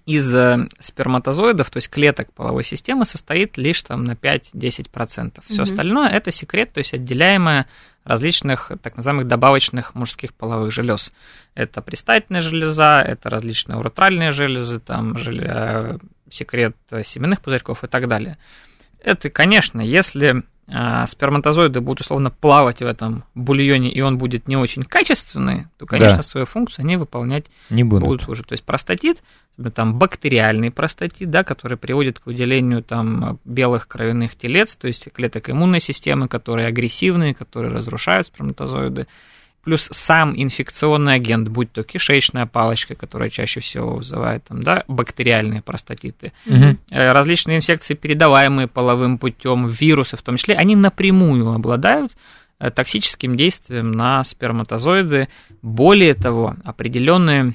из сперматозоидов, то есть клеток половой системы, состоит лишь там на пять-десять процентов. Все mm-hmm. остальное – это секрет, то есть отделяемое различных так называемых добавочных мужских половых желез. Это предстательная железа, это различные уретральные железы, там желе... секрет семенных пузырьков и так далее. Это, конечно, если а, сперматозоиды будут условно плавать в этом бульоне, и он будет не очень качественный, то, конечно, да. свою функцию они выполнять не будут. будут уже. То есть простатит, там бактериальный простатит, да, который приводит к выделению там белых кровяных телец, то есть клеток иммунной системы, которые агрессивные, которые разрушают сперматозоиды, плюс сам инфекционный агент, будь то кишечная палочка, которая чаще всего вызывает там, да, бактериальные простатиты, угу. различные инфекции, передаваемые половым путем, вирусы в том числе, они напрямую обладают токсическим действием на сперматозоиды. Более того, определенные,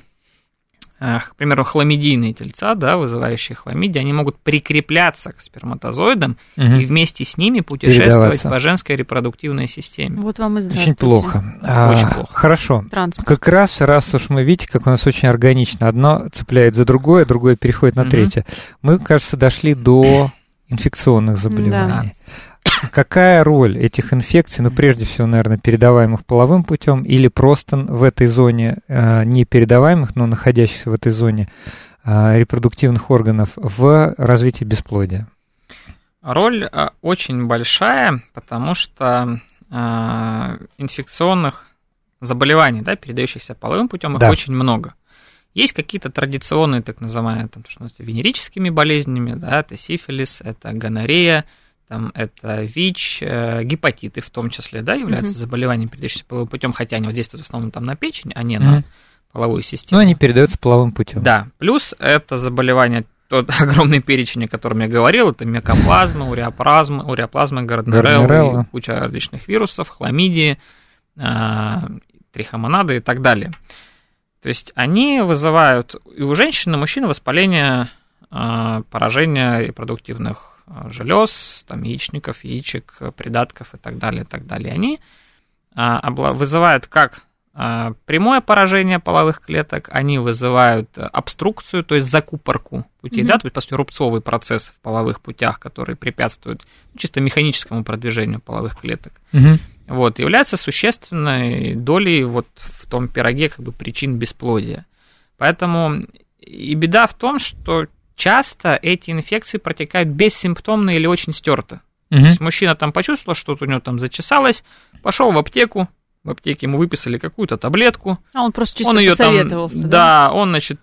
к примеру, хламидийные тельца, да, вызывающие хламидии, они могут прикрепляться к сперматозоидам угу. и вместе с ними путешествовать по женской репродуктивной системе. Вот вам и Очень плохо. Очень а, плохо. Хорошо. Транспорт. Как раз, раз уж мы видите, как у нас очень органично. Одно цепляет за другое, другое переходит на угу. третье. Мы, кажется, дошли до инфекционных заболеваний. Да. Какая роль этих инфекций, ну, прежде всего, наверное, передаваемых половым путем или просто в этой зоне, э, не передаваемых, но находящихся в этой зоне э, репродуктивных органов в развитии бесплодия? Роль э, очень большая, потому что э, инфекционных заболеваний, да, передающихся половым путем, их да. очень много. Есть какие-то традиционные, так называемые, там, что венерическими болезнями, да, это сифилис, это гонорея, там, это ВИЧ, э, гепатиты в том числе, да, являются mm-hmm. заболеваниями, передающимися половым путем, хотя они воздействуют в основном там на печень, а не mm-hmm. на половую систему. Но они передаются половым путем. Да, плюс это заболевание, тот огромный перечень, о котором я говорил, это микоплазма, уреоплазма, уреоплазма, гарднерелла, куча различных вирусов, хламидии, э, трихомонады и так далее. То есть они вызывают и у женщин, и у мужчин воспаление, э, поражение репродуктивных желез, там, яичников, яичек, придатков и так далее, и так далее. Они а, обла- вызывают как а, прямое поражение половых клеток, они вызывают обструкцию, то есть закупорку путей, mm-hmm. да, то есть, по сути, рубцовый процесс в половых путях, который препятствует ну, чисто механическому продвижению половых клеток. Mm-hmm. Вот, является существенной долей вот в том пироге как бы причин бесплодия. Поэтому и беда в том, что часто эти инфекции протекают бессимптомно или очень стерто. Угу. То есть мужчина там почувствовал, что-то у него там зачесалось, пошел в аптеку, в аптеке ему выписали какую-то таблетку. А он просто чисто он посоветовался, там, да? Да, он, значит,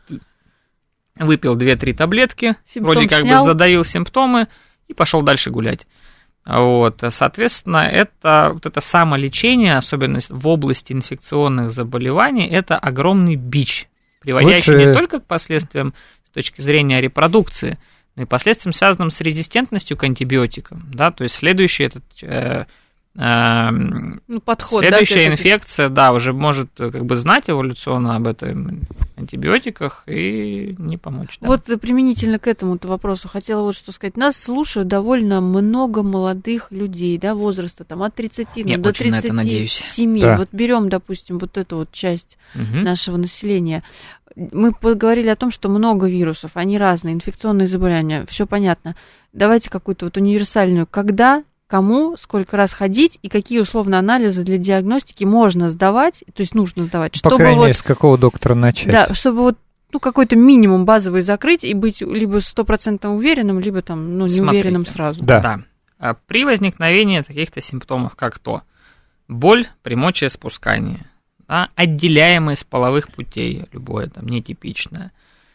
выпил две-три таблетки, Симптом вроде как снял. бы задавил симптомы и пошел дальше гулять. Вот, соответственно, это, вот это самолечение, особенно в области инфекционных заболеваний, это огромный бич, приводящий Лучше... не только к последствиям с точки зрения репродукции, но и последствиям, связанным с резистентностью к антибиотикам, да, то есть следующий этот, э, э, ну, подход, следующая да, инфекция, да, уже может как бы знать эволюционно об этом антибиотиках и не помочь. Да. Вот применительно к этому-то вопросу хотела вот что сказать. Нас слушают довольно много молодых людей, да, возраста там от тридцати ну, до тридцати семи. Да. Вот берем, допустим, вот эту вот часть угу. нашего населения. Мы поговорили о том, что много вирусов, они разные, инфекционные заболевания, все понятно. Давайте какую-то вот универсальную, когда, кому, сколько раз ходить и какие условно анализы для диагностики можно сдавать, то есть нужно сдавать. По чтобы крайней мере, вот, с какого доктора начать. Да, чтобы вот ну, какой-то минимум базовый закрыть и быть либо стопроцентно уверенным, либо там, ну, неуверенным сразу. Да. да. При возникновении таких-то симптомов, как то боль при мочеиспускании, да, отделяемое из половых путей, любое там нетипичное,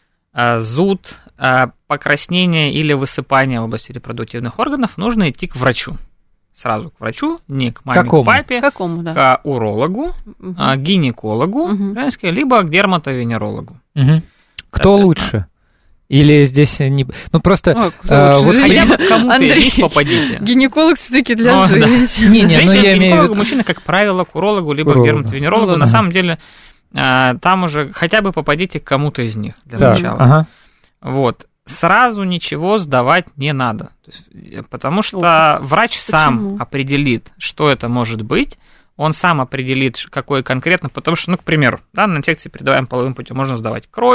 зуд, покраснение или высыпание в области репродуктивных органов, нужно идти к врачу. Сразу к врачу, не к маме, Какому? к папе, Какому, да. к урологу, угу. гинекологу, угу. либо к дерматовенерологу. Угу. Кто лучше? Или здесь не... Ну, просто... О, а, вот хотя бы кому-то из них попадите. Гинеколог все-таки для О, женщин. Да. Не, не, Женщина, я имею в виду... мужчина, как правило, к урологу, либо к дерматовенерологу. Ну, На ага. самом деле, там уже хотя бы попадите к кому-то из них для так, начала. Ага. Вот. Сразу ничего сдавать не надо. То есть, потому что О, врач сам почему? определит, что это может быть. Он сам определит, какое конкретно... Потому что, ну, к примеру, да, на инфекции, передаваемой половым путем, можно сдавать кровь,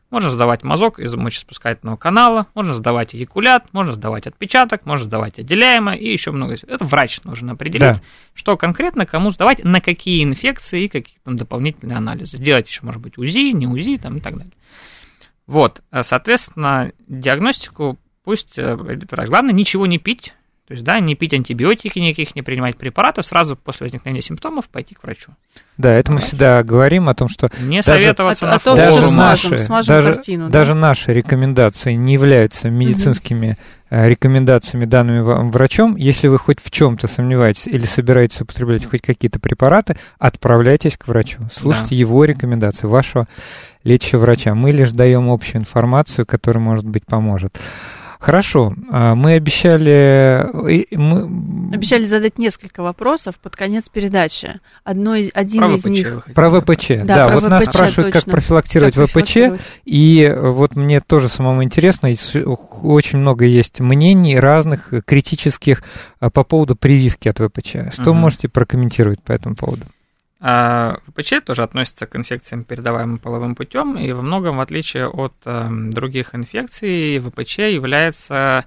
Можно сдавать мазок из мочеиспускательного канала, можно сдавать эякулят, можно сдавать отпечаток, можно сдавать отделяемое и еще много. Это врач должен определить, да. что конкретно кому сдавать, на какие инфекции и какие там дополнительные анализы. Сделать еще, может быть, УЗИ, не УЗИ там, и так далее. Вот, соответственно, диагностику пусть пройдет врач. Главное, ничего не пить. То есть, да, не пить антибиотики никаких, не принимать препаратов, сразу после возникновения симптомов пойти к врачу. Да, это мы всегда говорим о том, что... Не даже, советоваться а, на а форумах. Даже, смажем, наши, смажем даже, картину, даже да? наши рекомендации не являются медицинскими угу. рекомендациями, данными вам врачом. Если вы хоть в чем-то сомневаетесь или собираетесь употреблять хоть какие-то препараты, отправляйтесь к врачу. Слушайте да. его рекомендации, вашего лечащего врача. Мы лишь даем общую информацию, которая, может быть, поможет. Хорошо, мы обещали... Мы... Обещали задать несколько вопросов под конец передачи. Одно, один про из ВПЧ них... Про ВПЧ, да. да да про вот ВПЧ, нас спрашивают, точно. как профилактировать как ВПЧ, профилактировать. И вот мне тоже самому интересно, очень много есть мнений разных, критических по поводу прививки от ВПЧ. Что угу. можете прокомментировать по этому поводу? А ВПЧ тоже относится к инфекциям, передаваемым половым путем, и во многом, в отличие от э, других инфекций, ВПЧ является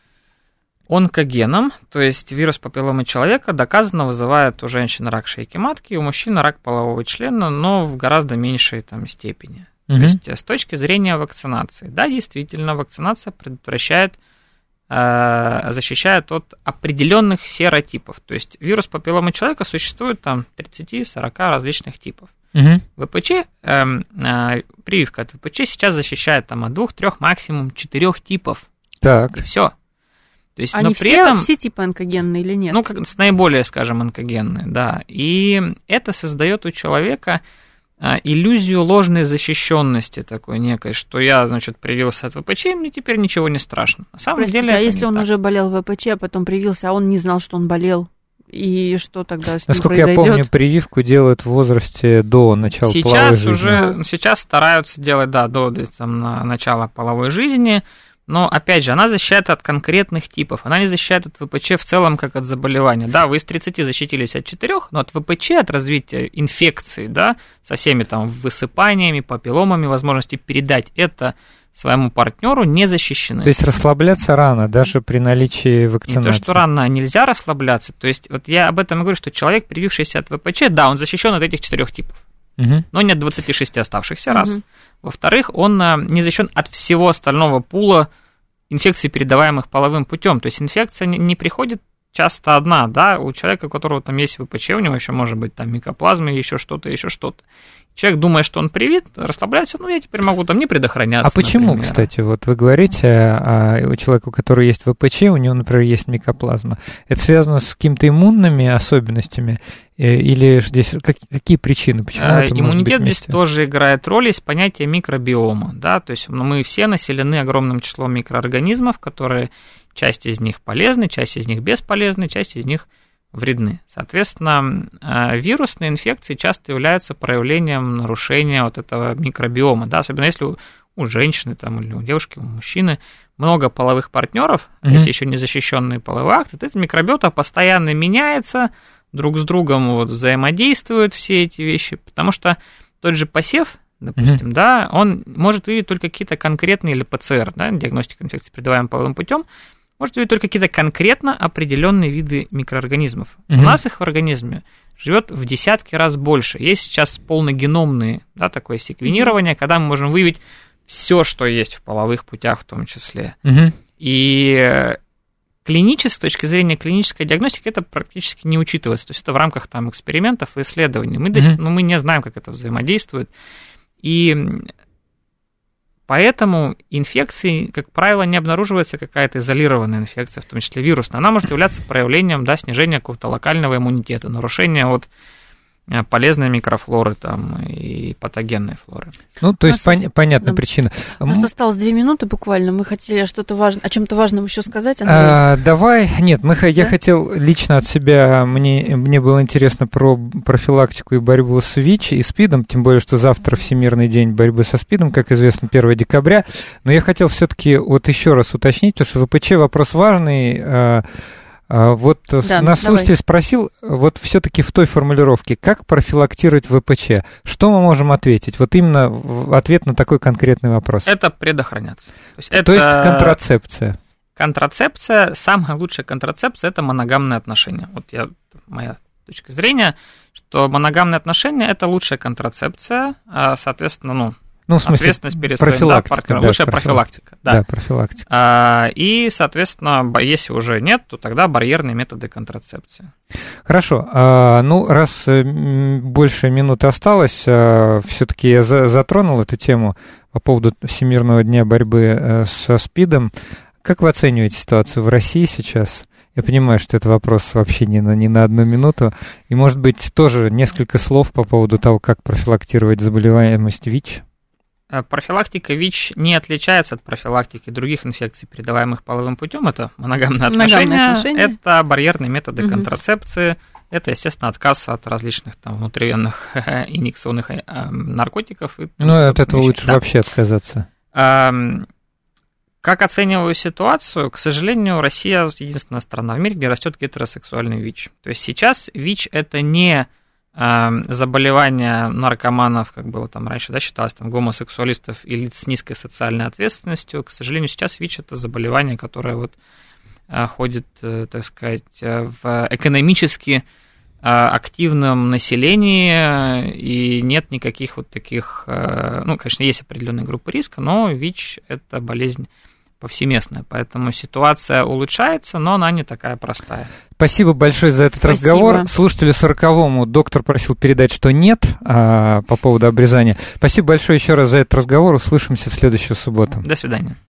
онкогеном, то есть вирус папилломы человека доказанно вызывает у женщин рак шейки матки, у мужчин рак полового члена, но в гораздо меньшей там, степени. Угу. То есть с точки зрения вакцинации, да, действительно, вакцинация предотвращает защищает от определенных серотипов. То есть вирус папилломы человека существует там тридцать-сорок различных типов. Угу. ВПЧ, э, э, прививка от ВПЧ сейчас защищает там, от двух, трех, максимум четырех типов. Так. И все. То есть, Они но при все, этом, все типы онкогенные или нет? Ну, как, наиболее, скажем, онкогенные, да. И это создает у человека иллюзию ложной защищенности такой некой, что я, значит, привился от ВПЧ, и мне теперь ничего не страшно. На самом Простите, деле, а если он так. уже болел ВПЧ, а потом привился, а он не знал, что он болел, и что тогда с ним Насколько произойдет? я помню, прививку делают в возрасте до начала сейчас половой жизни. Уже, сейчас стараются делать, да, до там, на начала половой жизни, но, опять же, она защищает от конкретных типов, она не защищает от ВПЧ в целом, как от заболевания. Да, вы из тридцати защитились от четырёх, но от ВПЧ, от развития инфекции, да, со всеми там высыпаниями, папилломами, возможностью передать это своему партнеру, не защищены. То есть расслабляться рано, даже при наличии вакцинации? Не то, что рано, нельзя расслабляться. То есть вот я об этом и говорю, что человек, привившийся от ВПЧ, да, он защищен от этих четырех типов. Угу. Но не от двадцати шести оставшихся, раз. Угу. Во-вторых, он не защищен от всего остального пула инфекций, передаваемых половым путем. То есть инфекция не приходит часто одна, да, у человека, у которого там есть ВПЧ, у него еще может быть там микоплазма, еще что-то, еще что-то. Человек думает, что он привит, расслабляется, ну, я теперь могу там не предохраняться. А почему, например. Кстати, вот вы говорите, а у человека, у которого есть ВПЧ, у него, например, есть микоплазма. Это связано с какими-то иммунными особенностями? Или здесь какие причины? Почему а, это иммунитет может быть здесь тоже играет роль, есть понятие микробиома, да, то есть мы все населены огромным числом микроорганизмов, которые, часть из них полезны, часть из них бесполезны, часть из них вредны. Соответственно, вирусные инфекции часто являются проявлением нарушения вот этого микробиома, да, особенно если у, у женщины там, или у девушки, у мужчины много половых партнеров, mm-hmm. если еще не защищенный половой акт, то эта микробиота постоянно меняется, друг с другом вот взаимодействуют все эти вещи, потому что тот же посев, допустим, mm-hmm. да, он может выявить только какие-то конкретные, или ПЦР, да, диагностика инфекции, передаваемой половым путем, может выявить только какие-то конкретно определенные виды микроорганизмов. Mm-hmm. У нас их в организме живет в десятки раз больше. Есть сейчас полногеномные, да, такое секвенирование, mm-hmm. когда мы можем выявить все, что есть в половых путях в том числе. Mm-hmm. И клинически, с точки зрения клинической диагностики, это практически не учитывается. То есть это в рамках там, экспериментов и исследований. Мы, mm-hmm. до... ну, мы не знаем, как это взаимодействует. И поэтому инфекции, как правило, не обнаруживается какая-то изолированная инфекция, в том числе вирусная. Она может являться проявлением, да, снижения какого-то локального иммунитета, нарушения вот полезной микрофлоры там, и патогенной флоры. Ну, то есть пон- понятна да. причина. У нас осталось две минуты буквально. Мы хотели что-то важное, о чем-то важном еще сказать, Андрей? А, давай, нет, мы, да? я хотел лично от себя, мне, мне было интересно про профилактику и борьбу с ВИЧ и СПИДом, тем более, что завтра Всемирный день борьбы со СПИДом, как известно, первого декабря. Но я хотел все-таки вот еще раз уточнить, потому что ВПЧ вопрос важный. Вот да, наш давай. слушатель спросил, вот все-таки в той формулировке, как профилактировать ВПЧ? Что мы можем ответить? Вот именно ответ на такой конкретный вопрос. Это предохраняться. То есть, То это... есть контрацепция. Контрацепция, самая лучшая контрацепция – это моногамные отношения. Вот я, моя точка зрения, что моногамные отношения – это лучшая контрацепция, соответственно, ну, Ну, в смысле, ответственность перед своим да, партнером. Да, Лучшая профилактика. Да, да профилактика. А, и, соответственно, если уже нет, то тогда барьерные методы контрацепции. Хорошо. А, ну, раз больше минуты осталось, а, все-таки я за, затронул эту тему по поводу Всемирного дня борьбы со СПИДом. Как вы оцениваете ситуацию в России сейчас? Я понимаю, что это вопрос вообще не на, не на одну минуту. И, может быть, тоже несколько слов по поводу того, как профилактировать заболеваемость ВИЧ? Профилактика ВИЧ не отличается от профилактики других инфекций, передаваемых половым путем. Это моногамные отношения, отношения. Это барьерные методы угу. контрацепции, это, естественно, отказ от различных там внутривенных инъекционных наркотиков. И, ну, от этого лучше да. вообще отказаться. Как оцениваю ситуацию, к сожалению, Россия единственная страна в мире, где растет гетеросексуальный ВИЧ. То есть сейчас ВИЧ это не заболевания наркоманов, как было там раньше, да, считалось, там, гомосексуалистов и лиц с низкой социальной ответственностью. К сожалению, сейчас ВИЧ – это заболевание, которое вот ходит, так сказать, в экономически активном населении, и нет никаких вот таких, ну, конечно, есть определенные группы риска, но ВИЧ – это болезнь повсеместная, поэтому ситуация улучшается, но она не такая простая. Спасибо большое за этот Спасибо. разговор. Слушателю сороковому доктор просил передать, что нет а, по поводу обрезания. Спасибо большое еще раз за этот разговор. Услышимся в следующую субботу. До свидания.